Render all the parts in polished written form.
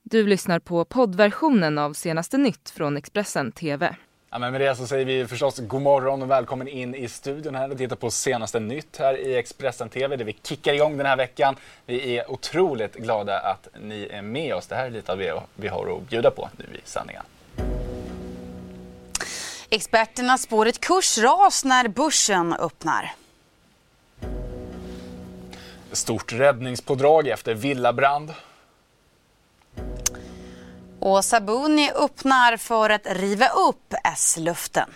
Du lyssnar på poddversionen av Senaste Nytt från Expressen TV. Ja, men med det så säger vi förstås god morgon och välkommen in i studion här och tittar på Senaste Nytt här i Expressen TV där vi kickar igång den här veckan. Vi är otroligt glada att ni är med oss. Det här är lite av det vi har att bjuda på nu i sändningen. Experterna spår ett kursras när börsen öppnar. Stort räddningspådrag efter villabrand. Och Sabuni öppnar för att riva upp S-luften.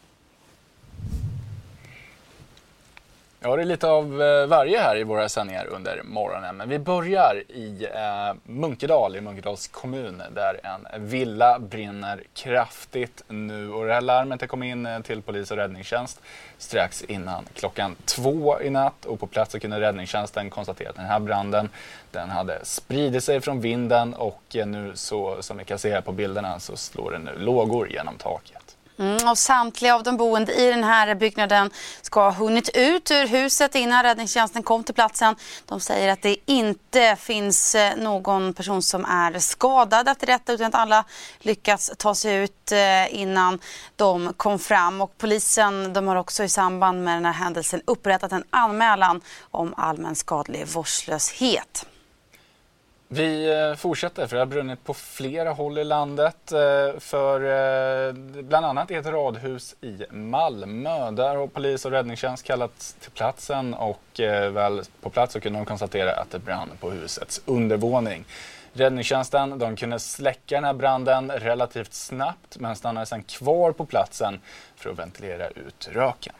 Ja, det är lite av varje här i våra sändningar under morgonen. Men vi börjar i Munkedal, i Munkedals kommun, där en villa brinner kraftigt nu. Och det här larmet kom in till polis och räddningstjänst strax innan 2:00 i natt. Och på plats så kunde räddningstjänsten konstatera att den här branden den hade spridit sig från vinden. Och nu så, som vi kan se här på bilderna, så slår det nu lågor genom taket. Och samtliga av de boende i den här byggnaden ska ha hunnit ut ur huset innan räddningstjänsten kom till platsen. De säger att det inte finns någon person som är skadad efter detta, utan att alla lyckats ta sig ut innan de kom fram. Och polisen de har också i samband med den här händelsen upprättat en anmälan om allmän skadlig vårdslöshet. Vi fortsätter, för det har brunnit på flera håll i landet, för bland annat i ett radhus i Malmö. Där har polis och räddningstjänst kallats till platsen och väl på plats så kunde de konstatera att det brann på husets undervåning. Räddningstjänsten de kunde släcka den här branden relativt snabbt men stannade sedan kvar på platsen för att ventilera ut röken.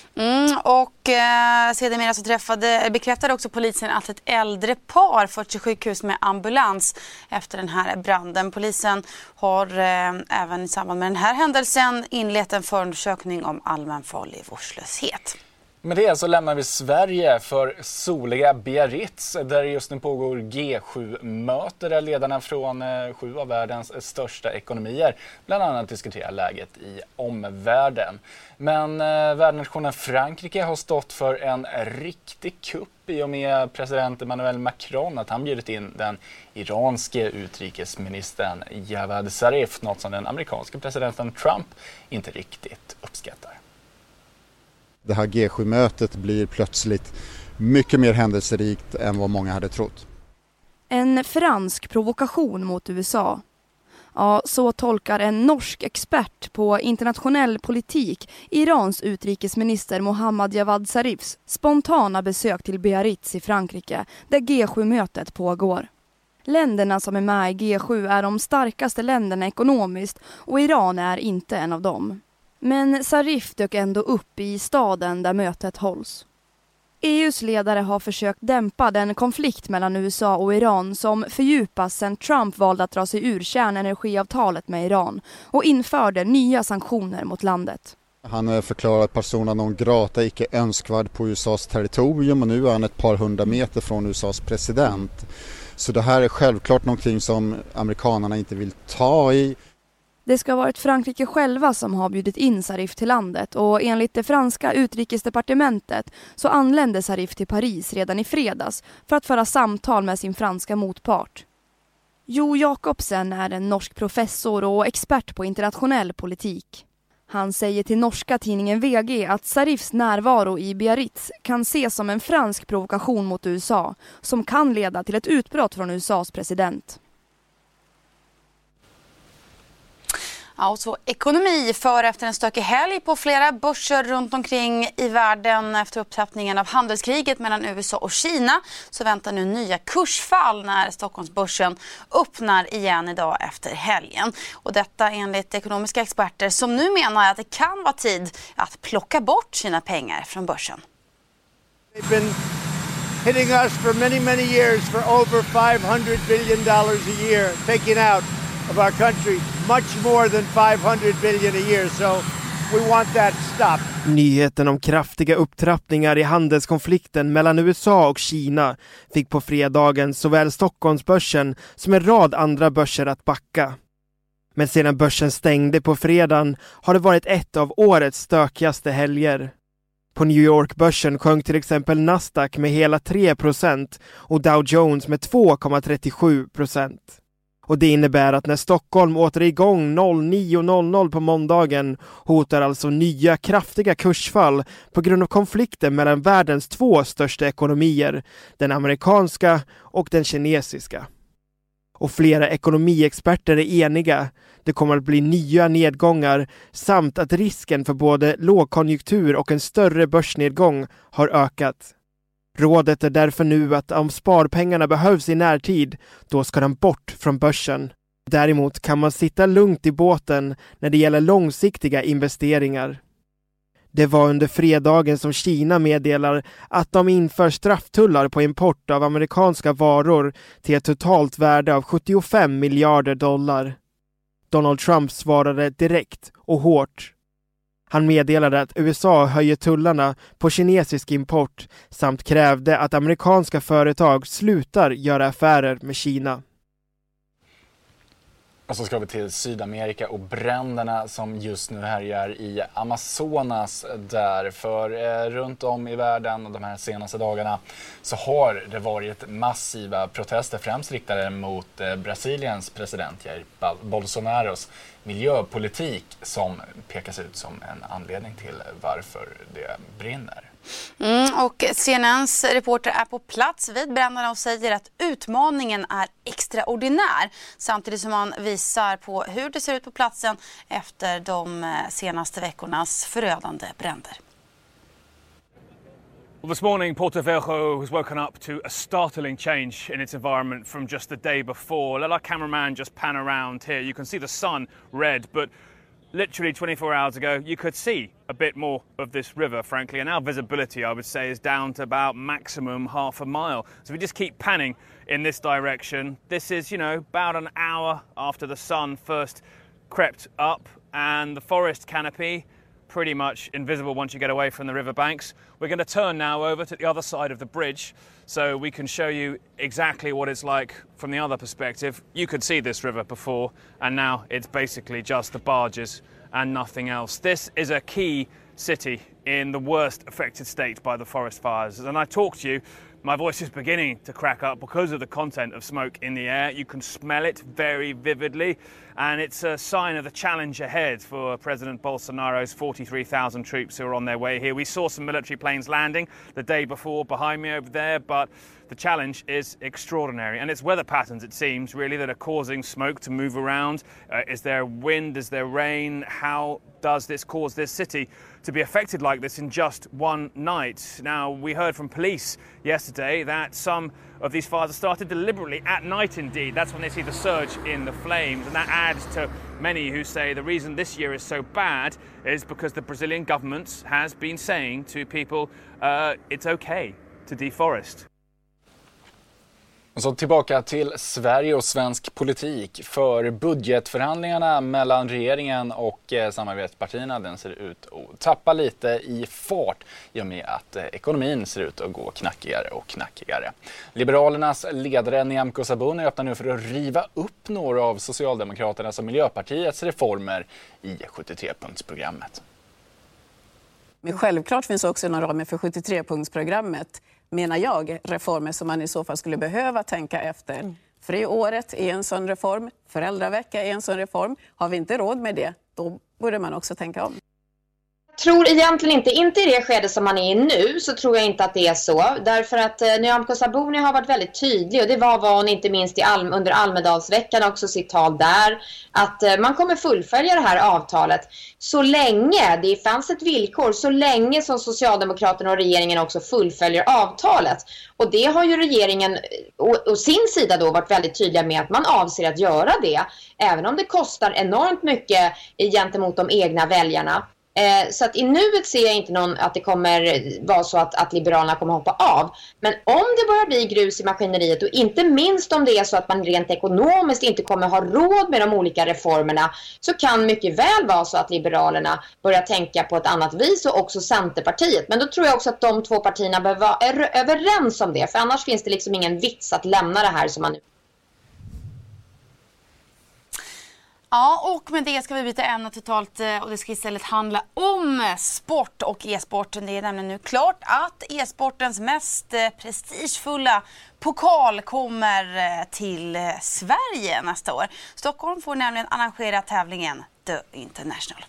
Sedermera så bekräftade också polisen att ett äldre par förts till sjukhus med ambulans efter den här branden. Polisen har även i samband med den här händelsen inlett en förundersökning om allmänfarlig vårdslöshet. Med det så lämnar vi Sverige för soliga Biarritz där det just nu pågår G7-möte där ledarna från 7 av världens största ekonomier bland annat diskuterar läget i omvärlden. Men värdnationen Frankrike har stått för en riktig kupp i och med president Emmanuel Macron att han bjudit in den iranske utrikesministern Javad Zarif, något som den amerikanske presidenten Trump inte riktigt uppskattar. Det här G7-mötet blir plötsligt mycket mer händelserikt än vad många hade trott. En fransk provokation mot USA. Ja, så tolkar en norsk expert på internationell politik Irans utrikesminister Mohammad Javad Zarifs spontana besök till Biarritz i Frankrike där G7-mötet pågår. Länderna som är med i G7 är de starkaste länderna ekonomiskt och Iran är inte en av dem. Men Zarif dök ändå upp i staden där mötet hålls. EUs ledare har försökt dämpa den konflikt mellan USA och Iran som fördjupas sedan Trump valde att dra sig ur kärnenergiavtalet med Iran och införde nya sanktioner mot landet. Han förklarat persona non grata icke önskvärd på USAs territorium och nu är han ett par 100 meter från USAs president. Så det här är självklart någonting som amerikanerna inte vill ta i. Det ska ha varit Frankrike själva som har bjudit in Zarif till landet och enligt det franska utrikesdepartementet så anlände Zarif till Paris redan i fredags för att föra samtal med sin franska motpart. Jo Jakobsen är en norsk professor och expert på internationell politik. Han säger till norska tidningen VG att Zarifs närvaro i Biarritz kan ses som en fransk provokation mot USA som kan leda till ett utbrott från USAs president. Ja, och så ekonomi för efter en stökig helg på flera börser runt omkring i världen efter upptrappningen av handelskriget mellan USA och Kina så väntar nu nya kursfall när Stockholmsbörsen öppnar igen idag efter helgen. Och detta enligt ekonomiska experter som nu menar att det kan vara tid att plocka bort sina pengar från börsen. They've been hitting us for many years for over $500 billion a year taking out of our country, much more than 500 billion a year, so we want that stopped. Nyheten om kraftiga upptrappningar i handelskonflikten mellan USA och Kina fick på fredagen såväl Stockholmsbörsen som en rad andra börser att backa. Men sedan börsen stängde på fredagen har det varit ett av årets stökigaste helger. På New York-börsen sjönk till exempel Nasdaq med hela 3% och Dow Jones med 2,37%. Och det innebär att när Stockholm åter är igång 09.00 på måndagen hotar alltså nya kraftiga kursfall på grund av konflikten mellan världens två största ekonomier, den amerikanska och den kinesiska. Och flera ekonomiexperter är eniga. Det kommer att bli nya nedgångar samt att risken för både lågkonjunktur och en större börsnedgång har ökat. Rådet är därför nu att om sparpengarna behövs i närtid, då ska de bort från börsen. Däremot kan man sitta lugnt i båten när det gäller långsiktiga investeringar. Det var under fredagen som Kina meddelar att de inför strafftullar på import av amerikanska varor till ett totalt värde av 75 miljarder dollar. Donald Trump svarade direkt och hårt. Han meddelade att USA höjer tullarna på kinesisk import samt krävde att amerikanska företag slutar göra affärer med Kina. Och så ska vi till Sydamerika och bränderna som just nu härjar i Amazonas där. För runt om i världen de här senaste dagarna så har det varit massiva protester, främst riktade mot Brasiliens president Jair Bolsonaros miljöpolitik som pekas ut som en anledning till varför det brinner. Och CNNs reporter är på plats vid bränderna och säger att utmaningen är extraordinär, samtidigt som man visar på hur det ser ut på platsen efter de senaste veckornas förödande bränder. Well, this morning, Porto Velho has woken up to a startling change in its environment from just the day before. Let our cameraman just pan around here. You can see the sun red, but literally 24 hours ago, you could see a bit more of this river, frankly, and our visibility, I would say, is down to about maximum half a mile. So we just keep panning in this direction. This is, about an hour after the sun first crept up, and the forest canopy pretty much invisible once you get away from the riverbanks. We're going to turn now over to the other side of the bridge so we can show you exactly what it's like from the other perspective. You could see this river before, and now it's basically just the barges and nothing else. This is a key city in the worst affected state by the forest fires. And I talk to you, my voice is beginning to crack up because of the content of smoke in the air. You can smell it very vividly, and it's a sign of the challenge ahead for President Bolsonaro's 43,000 troops who are on their way here. We saw some military planes landing the day before behind me over there, but the challenge is extraordinary. And it's weather patterns, it seems, really, that are causing smoke to move around. Is there wind? Is there rain? How does this cause this city to be affected like this in just one night? Now, we heard from police yesterday that some of these fires are started deliberately at night indeed. That's when they see the surge in the flames, and that adds to many who say the reason this year is so bad is because the Brazilian government has been saying to people it's okay to deforest. Och så tillbaka till Sverige och svensk politik. För budgetförhandlingarna mellan regeringen och samarbetspartierna, den ser ut att tappa lite i fart i och med att ekonomin ser ut att gå knackigare och knackigare. Liberalernas ledare Nyamko Sabuni öppnar nu för att riva upp några av Socialdemokraternas och Miljöpartiets reformer i 73-punktsprogrammet. Men självklart finns också inom ramen för 73-punktsprogrammet, menar jag, reformer som man i så fall skulle behöva tänka efter. Friåret är en sån reform, föräldravecka är en sån reform. Har vi inte råd med det, då borde man också tänka om. Jag tror egentligen inte i det skede som man är i nu, så tror jag inte att det är så. Därför att Nyamko Sabuni har varit väldigt tydlig, och det var hon inte minst under Almedalsveckan också, sitt tal där, att man kommer fullfölja det här avtalet så länge det fanns ett villkor, så länge som Socialdemokraterna och regeringen också fullföljer avtalet. Och det har ju regeringen och sin sida då varit väldigt tydliga med att man avser att göra det, även om det kostar enormt mycket gentemot de egna väljarna. Så att i nuet ser jag inte att det kommer vara så att Liberalerna kommer hoppa av. Men om det börjar bli grus i maskineriet, och inte minst om det är så att man rent ekonomiskt inte kommer ha råd med de olika reformerna, så kan mycket väl vara så att Liberalerna börjar tänka på ett annat vis, och också Centerpartiet. Men då tror jag också att de två partierna behöver vara överens om det, för annars finns det liksom ingen vits att lämna det här som man nu. Ja, och med det ska vi byta ämne totalt och det ska istället handla om sport och e-sport. Det är nämligen nu klart att e-sportens mest prestigefulla pokal kommer till Sverige nästa år. Stockholm får nämligen arrangera tävlingen The International.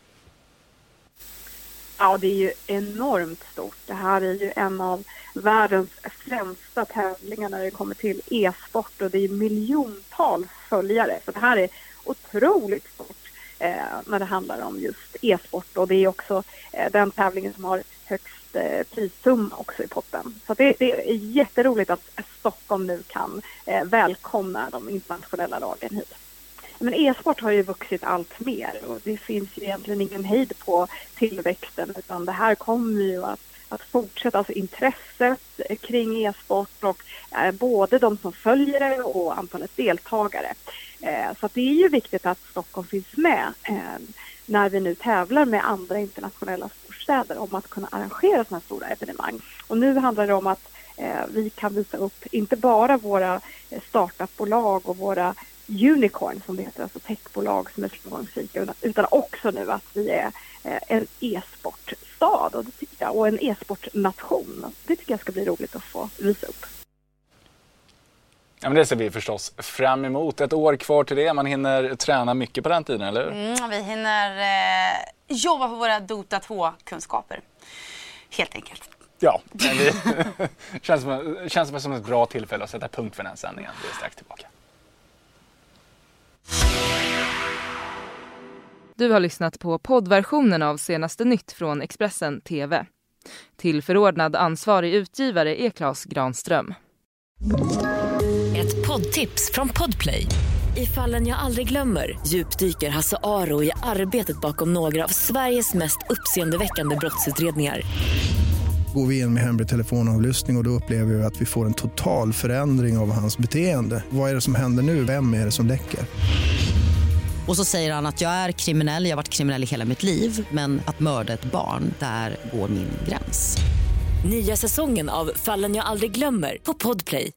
Ja, det är ju enormt stort. Det här är ju en av världens främsta tävlingar när det kommer till e-sport och det är miljontals följare. Så det här är otroligt stort när det handlar om just e-sport och det är också den tävlingen som har högst prissumma också i potten. Så det är jätteroligt att Stockholm nu kan välkomna de internationella lagen hit. Men e-sport har ju vuxit allt mer och det finns ju egentligen ingen hejd på tillväxten utan det här kommer ju att fortsätta, alltså intresset kring e-sport och både de som följer det och antalet deltagare. Så att det är ju viktigt att Stockholm finns med när vi nu tävlar med andra internationella storstäder om att kunna arrangera sådana stora evenemang. Och nu handlar det om att vi kan visa upp inte bara våra startupbolag och våra unicorn som det heter, alltså techbolag som är framgångsrika, utan också nu att vi är en e-sportstad och, det tycker jag, och en e-sportnation. Det tycker jag ska bli roligt att få visa upp. Ja, men det ser vi förstås fram emot. Ett år kvar till det. Man hinner träna mycket på den tiden, eller hur? Vi hinner jobba på våra Dota 2-kunskaper. Helt enkelt. Ja, men det känns som ett bra tillfälle att sätta punkt för den här sändningen. Vi är strax tillbaka. Du har lyssnat på poddversionen av Senaste nytt från Expressen TV. Till förordnad ansvarig utgivare är Claes Granström. Ett poddtips från Podplay. I Fallen jag aldrig glömmer djupdyker Hasse Aro i arbetet bakom några av Sveriges mest uppseendeväckande brottsutredningar. Går vi in med hemlig telefonavlyssning och då upplever vi att vi får en total förändring av hans beteende. Vad är det som händer nu? Vem är det som läcker? Och så säger han att jag är kriminell, jag har varit kriminell i hela mitt liv. Men att mörda ett barn, där går min gräns. Nya säsongen av Fallen jag aldrig glömmer på Podplay.